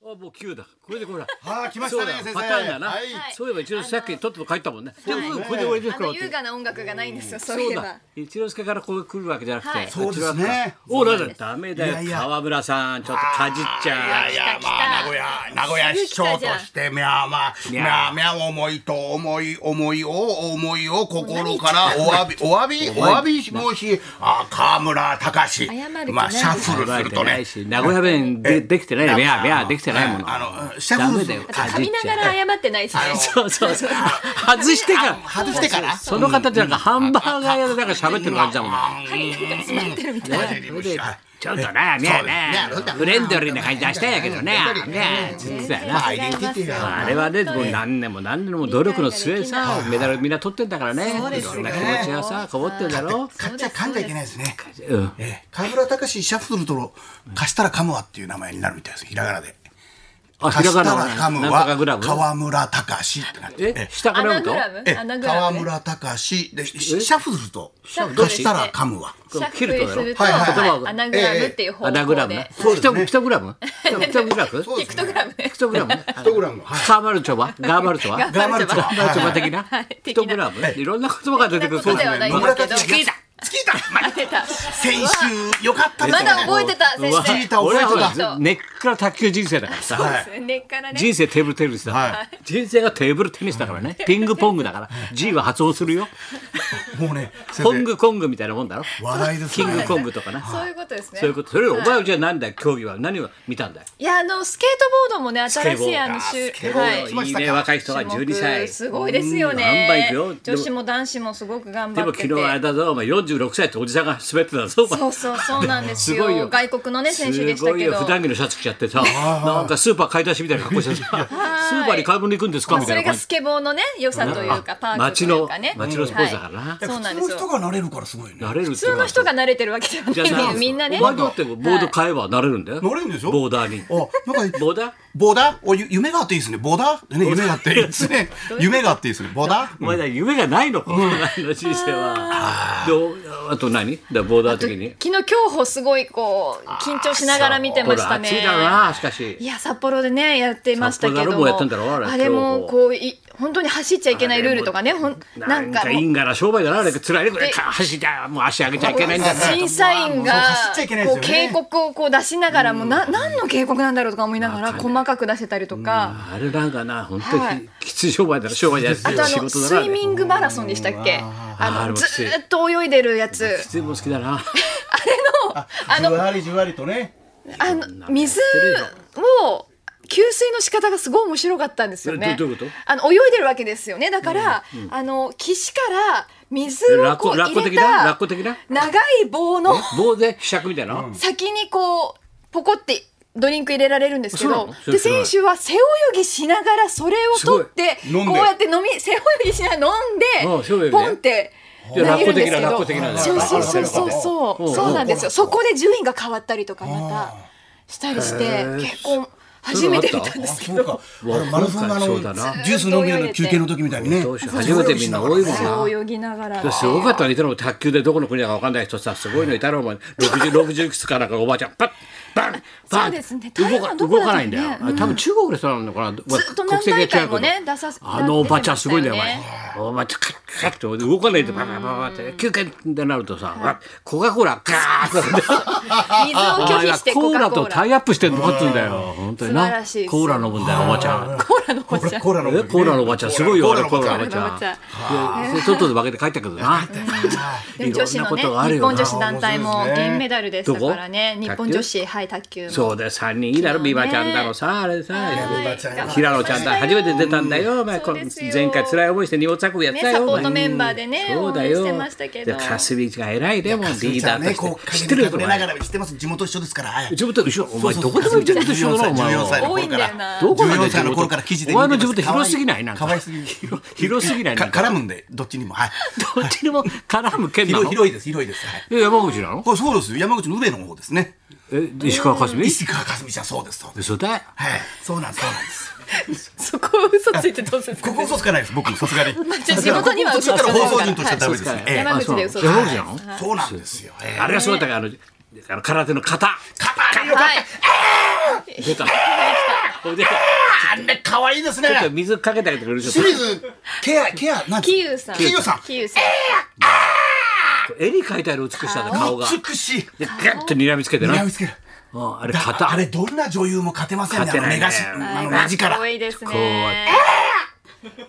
あ、もう9だ。これでほら。 あ、来ましたね、先生。 パターンだな。 はい。 そういえば一之輔さっきとっとと帰ったもんね。でもこれで終わりですから。 優雅な音楽がないんですよ。そういそうだえば。。 一之輔からこう来るわけじゃなくて。 そうですね。 おらだ、ダメだよ。 いやいや川村さん、ちょっとかじっちゃう。 いや、まあ、名古屋市長として、みゃ思いを心からお詫び申し、川村隆。まあ、シャッフルするとね。 名古屋弁できてないね。みゃできてないもの。 シャッフルする。 噛みながら謝ってないしね。 そう。外してから。その方なんかハンバーガー屋でなんか喋ってる感じだもん。ちょっとな、フレンドリーな感じ出したんやけどね。あれはね、もう何年も努力の末さ、メダルみんな取ってんだからね。いろんな気持ちがさ、こぼってんだろ。 噛んじゃいけないですね。川村隆シャッフルと貸したら噛むわっていう名前になるみたいです。ひらがなで。貸したら噛むは川村隆ってなって。 下から読むと川村隆でシャッフルすると貸したら噛むは。 シャッフルするとアナグラムっていう方法で。 アナグラム。ピクトグラム？ピクトグラム？ガーマルチョバ的な？ピクトグラム？いろんな言葉が出てくる。 そうですね。野村チキータ。先週よかったまだ覚えてた。 俺は根っから卓球人生だからさ。人生テーブルテニスだ。人生がテーブルテニスだからね。ピングポングだから。G は発音するよ。 もうね。 ポングコングみたいなもんだろ。 話題ですキングコングとかな。 そういうことですね。 そういうこと。それお前はじゃあなんだよ競技は何を見たんだよ。 いやスケートボードもね新しいいいね若い人が12歳。 すごいですよね。女子も男子もすごく頑張ってて。 でも昨日あれだぞお前46歳っておじさんが滑ってたぞ。 そうなんですよ。外国のね選手でしたけど。すごいよ普段着のシャツ着ちゃってさ、なんかスーパー買い出しみたいな格好してさ、スーパーに買い物行くんですかみたいな。 それがスケボーのね良さというかパークというかね。 街のスポーツだからな。 そうなんですよ。普通の人が慣れるからすごいね。 普通の人が慣れてるわけじゃないみんなね。 お前だってボード買えば慣れるんだよ。 慣れるんでしょ。 ボーダーに。 ボーダー夢があっていいですね。ボーダーね夢があっていいですね。夢があっていいですね。ボーダー。 お前だ夢がないのこの人生は。あと何？ボーダー的に。 昨日競歩すごいこう緊張しながら見てましたね。 暑いだろうなしかし。 いや札幌でねやってましたけど。あれもこう本当に走っちゃいけないルールとかね。 なんか因果な商売だなあれ辛いねこれ走っちゃもう足上げちゃいけないんだ。 審査員がこう警告をこう出しながらも何の警告なんだろうとか思いながら細かく出せたりとか。 あれなんかな本当にきつい商売だな商売じゃない。 あとスイミングマラソンでしたっけ？ずっと泳いでるやつ。 きついも好きだな。 あれのじわりとね。 水を給水の仕方がすごい面白かったんですよね。 どういうこと？ 泳いでるわけですよね。だから岸から水をこう入れた長い棒の棒でひしゃくみたいな先にこうポコってドリンク入れられるんですけど、で選手は背泳ぎしながらそれを取ってこうやって背泳ぎしながら飲んでポンって投げるんですけど、そうなんですよ。そこで順位が変わったりとかまたしたりして結構初めて見たんですけど、 マラソンのジュース飲む休憩の時みたいにね。 初めてみんな多いもんな。 泳ぎながら。 すごかったね。いたの卓球でどこの国だか分かんない人さすごいのいたのも60いくつかなんかおばあちゃんパッバンバン動かないんだよ。多分中国の人なのかな。 ずっと何大会もね出させて。 おばちゃんすごいんだよお前。おばちゃんカッカッと動かないとババババって休憩ってなるとさコカ・コーラガーッと水を拒否してコーラとタイアップしてるのかっつうんだよ本当にな。コーラ飲むんだよおばちゃん。 コーラのおばちゃんすごいよあれコーラのおばちゃん。外で負けて帰ったけどな。 女子のね日本女子団体も銀メダルでしたからね。日本女子卓球も。 そうだよ3人いいだろビバちゃんだろさあれさ平野ちゃんだ初めて出たんだよ前回辛い思いして荷物運びやったよ。 サポートメンバーでね応援してましたけど。 かすみちが偉いでもリーダーとして知ってるよこれ。 知ってます地元一緒ですから。 地元一緒お前どこでも地元一緒だろお前。 多いんだよな。 14歳の頃から記事でお前の地元広すぎないなんか。広すぎない絡むんでどっちにもどっちにも絡む県なの。 広いです山口なの。 そうですよ山口の上の方ですね。 石川佳純石川佳純ちゃんそうです。 嘘だよ。 はいそうなんです。 そこを嘘ついてどうするんですか。 ここ嘘つかないです僕さすがに。 地元には嘘つかない。 放送人としてはダメですね。 山口で嘘つかない。 山口なの。 そうなんですよ。 あれはそうだから空手の型。 はい。 出た。 あれ可愛いですね。 ちょっと水かけてあげてくれる。 清水ケアなんキユさん。 絵に描いてある美しさで顔が。 美しい。 でガッと睨みつけてな。 睨みつける。あれどんな女優も勝てませんね。目力。 かわいいですね。 顔が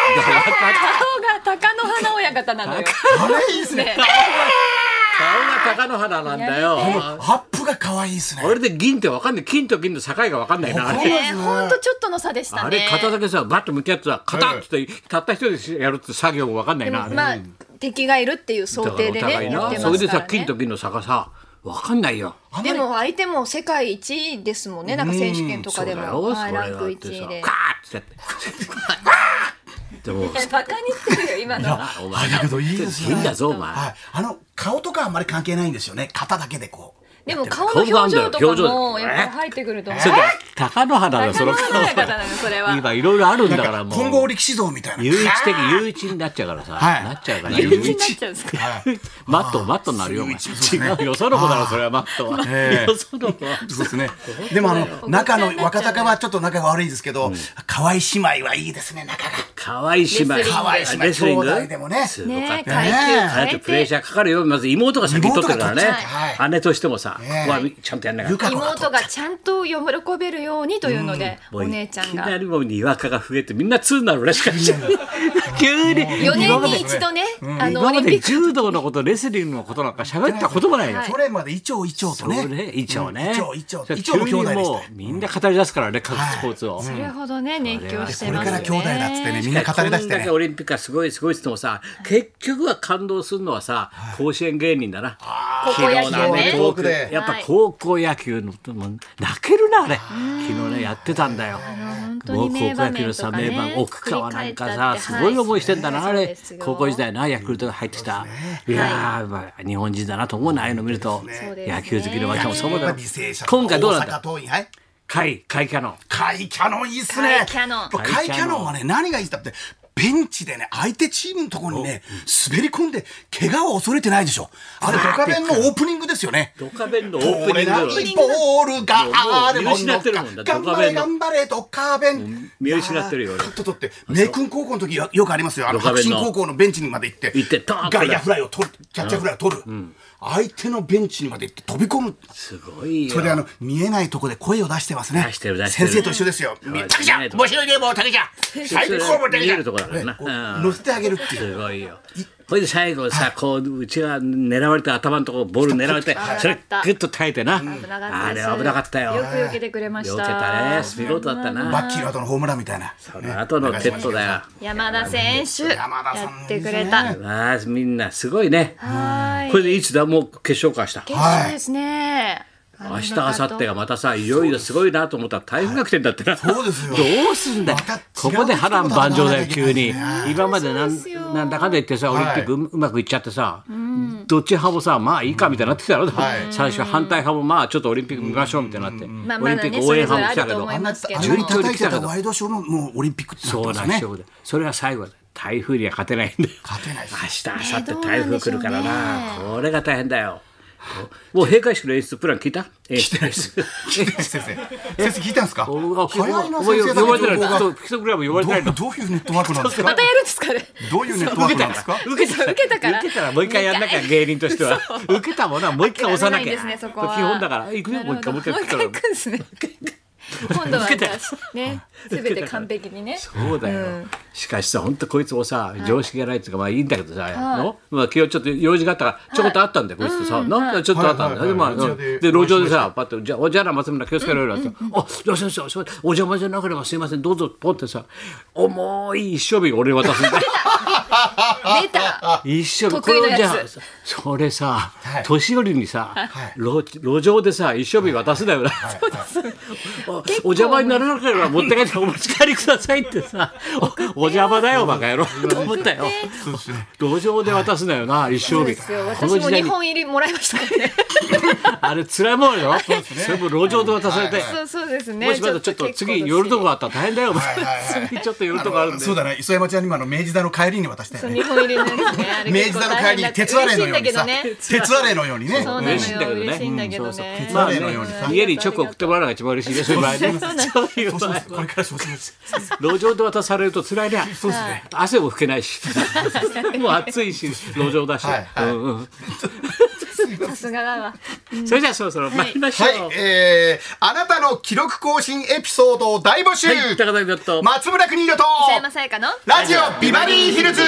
貴乃花親方なのよ。 あれいいですね。 顔が貴乃花なんだよ。 アップが可愛いですね。 あれで銀ってわかんない。金と銀の境がわかんないな。 ほんとちょっとの差でしたね。 あれ肩だけさバッと向き合ってさカタッとたった一人でやるって作業もわかんないな。 まあ敵がいるっていう想定でねやってますからね。 それでさ金と銀の差がさわかんないよ。 でも相手も世界一位ですもんね。なんか選手権とかでもランク1位で。 カーッてやって。 バカにしてるよ今の。 だけどいいですね。 いいんだぞお前。 顔とかあんまり関係ないんですよね。肩だけでこう。 でも顔の表情とかもやっぱり入ってくると。 それ貴乃花だその顔。今いろいろあるんだからもう。 混合力士像みたいな。 唯一になっちゃうからさ。なっちゃうから。 唯一になっちゃうんですか。 マットになるよ。違うよその子だろそれはマットは。よその子は。 そうですね。でも中の若隆はちょっと仲が悪いですけど、可愛い姉妹はいいですね仲が。 可愛い姉妹。 可愛い姉妹。兄弟でもね。 すごかったね。プレッシャーかかるよ。まず妹が先に取ってるからね。姉としてもさ。ちゃんとやんなかった。 妹がちゃんと喜べるようにというので、お姉ちゃんが。 いきなりもうにわかが増えてみんな2になるらしかった。急に。 4年に一度ね、 今まで柔道のこと、レスリングのことなんか喋ったこともないよ。 それまでイチョウとね。 イチョウね。 イチョウの兄弟でした。 みんな語り出すからね、各スポーツを。 それほどね、熱狂してますね。 これから兄弟だっつってね、みんな語り出してね。 こんだけオリンピックがすごいって言ってもさ、結局は感動するのはさ、甲子園芸人だな。 高校野球ね。 やっぱ高校野球の泣けるなあれ。昨日ねやってたんだよ。もう高校野球のさ名盤奥川なんかさすごい思いしてんだなあれ。高校時代なヤクルトが入ってきた。いや日本人だなと思うなああいうの見ると。野球好きの私もそうだよ。今回どうなんだ。甲斐キャノン。 甲斐キャノンいいっすね。甲斐キャノンはね何がいいってベンチでね相手チームのところにね滑り込んで怪我を恐れてないでしょ。あれドカベンのオープニングですよね。 ドカベンのオープニング。 ボールがあるもんのか頑張れドカベン。 見失ってるよ。 カット取って明訓高校の時よくありますよ。白新高校のベンチにまで行って外野フライを取るキャッチャーフライを取る。相手のベンチにまで行って飛び込む。 すごいよ。 それで見えないところで声を出してますね。先生と一緒ですよ。タケちゃん面白いねもうタケちゃん最高もタケちゃん乗せてあげるっていう。 すごいよ。それで最後さこう内側狙われて頭のところボール狙われてそれグッと耐えてな。あれ危なかったよ。 よく避けてくれました。 避けたね。見事だったな。 バッキーの後のホームランみたいな。 その後のテッドだよ。 山田選手やってくれた。 みんなすごいね。これでいつだもう決勝かした。 決勝ですね。 明日明後日がまたさいよいよすごいなと思ったら台風が来てんだってな。 そうですよ。 どうすんだよ。ここで波乱万丈だよ急に。今までなんだかんだ言ってさオリンピックうまくいっちゃってさどっち派もさまあいいかみたいになってきたろ。最初反対派もまあちょっとオリンピック見ましょうみたいになってオリンピック応援派も来たけど順調に来たけどワイドショーのもうオリンピックってそうなんですよ。それが最後だ。台風には勝てないんだよ。 勝てない。 明日明後日台風来るからな。これが大変だよ。もう閉会式の演出プラン聞いた？ 聞いてないです。先生聞いたんですか？ 早いな先生だけ情報が。どういうネットワークなんですか？ またやるんですかね。 どういうネットワークなんですか？ 受けたらもう一回やんなきゃ芸人としては受けたものはもう一回押さなきゃ。基本だから行くよもう一回行くんですね。今度はね全て完璧にね。 そうだよ。しかしさ本当こいつもさ常識がないっていうかまあいいんだけどさまあ今日ちょっと用事があったからちょこっとあったんだよこいつとさなんかちょっとあったんだよ。で路上でさパッとじゃあ松村気をつけろよってあ先生お邪魔じゃなければすいませんどうぞポってさ重い一生日俺に渡すんだよ。 出た一生日これじゃそれさ年寄りにさ路上でさ一生日渡すだよな。お邪魔にならなければ持って帰ってお持ち帰りくださいってさお邪魔だよバカ野郎と思ったよ。路上で渡すなよな一生日。 私も2本入りもらいましたからね。 あれ辛いもんよ。それも路上で渡されてそうですね。 もしまだちょっと次寄るとこあったら大変だよ。次ちょっと寄るとこあるんで。 そうだね磯山ちゃんに今の明治座の帰りに渡したよね。 日本入りのですね。 明治座の帰りに鉄アレイのようにさ、鉄アレイのようにね。 嬉しいんだけどね。 嬉しいんだけどね。 鉄アレイのようにさ、 家にチョコ送ってもらうのが一番嬉しいですよ。そういう場合これからそうします。 路上で渡されると辛いね。 そうですね。 汗も拭けないし、もう暑いし路上だし。 さすがだわ。 それじゃあそろそろ参りましょう。 あなたの記録更新エピソードを大募集。 高田美と松村邦洋と磯山さやかのラジオビバリーヒルズ。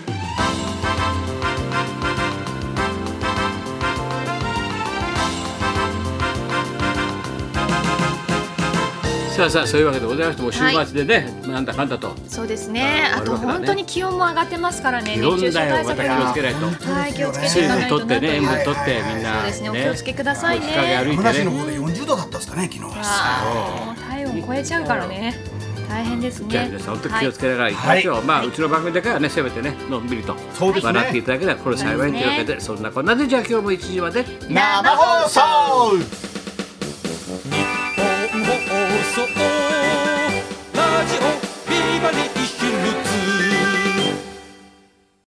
さあそういうわけでございまして、もう週末でね、なんだかんだと。 そうですね。あと本当に気温も上がってますからね。 熱中症対策に気をつけないと。 はい、気をつけてい水かないと分取ってね、塩分取ってみんな。 そうですね、お気をつけくださいね。 日陰歩いてね。 山梨の方で40度だったですかね、昨日は。 体温超えちゃうからね。大変ですね。 じゃあ皆さん本当に気をつけながら行きましょう。まあうちの番組だからね、せめてね、のんびりと笑っていただけたらこれ幸いというわけで、そんなこんなでじゃあ今日も1時まで生放送。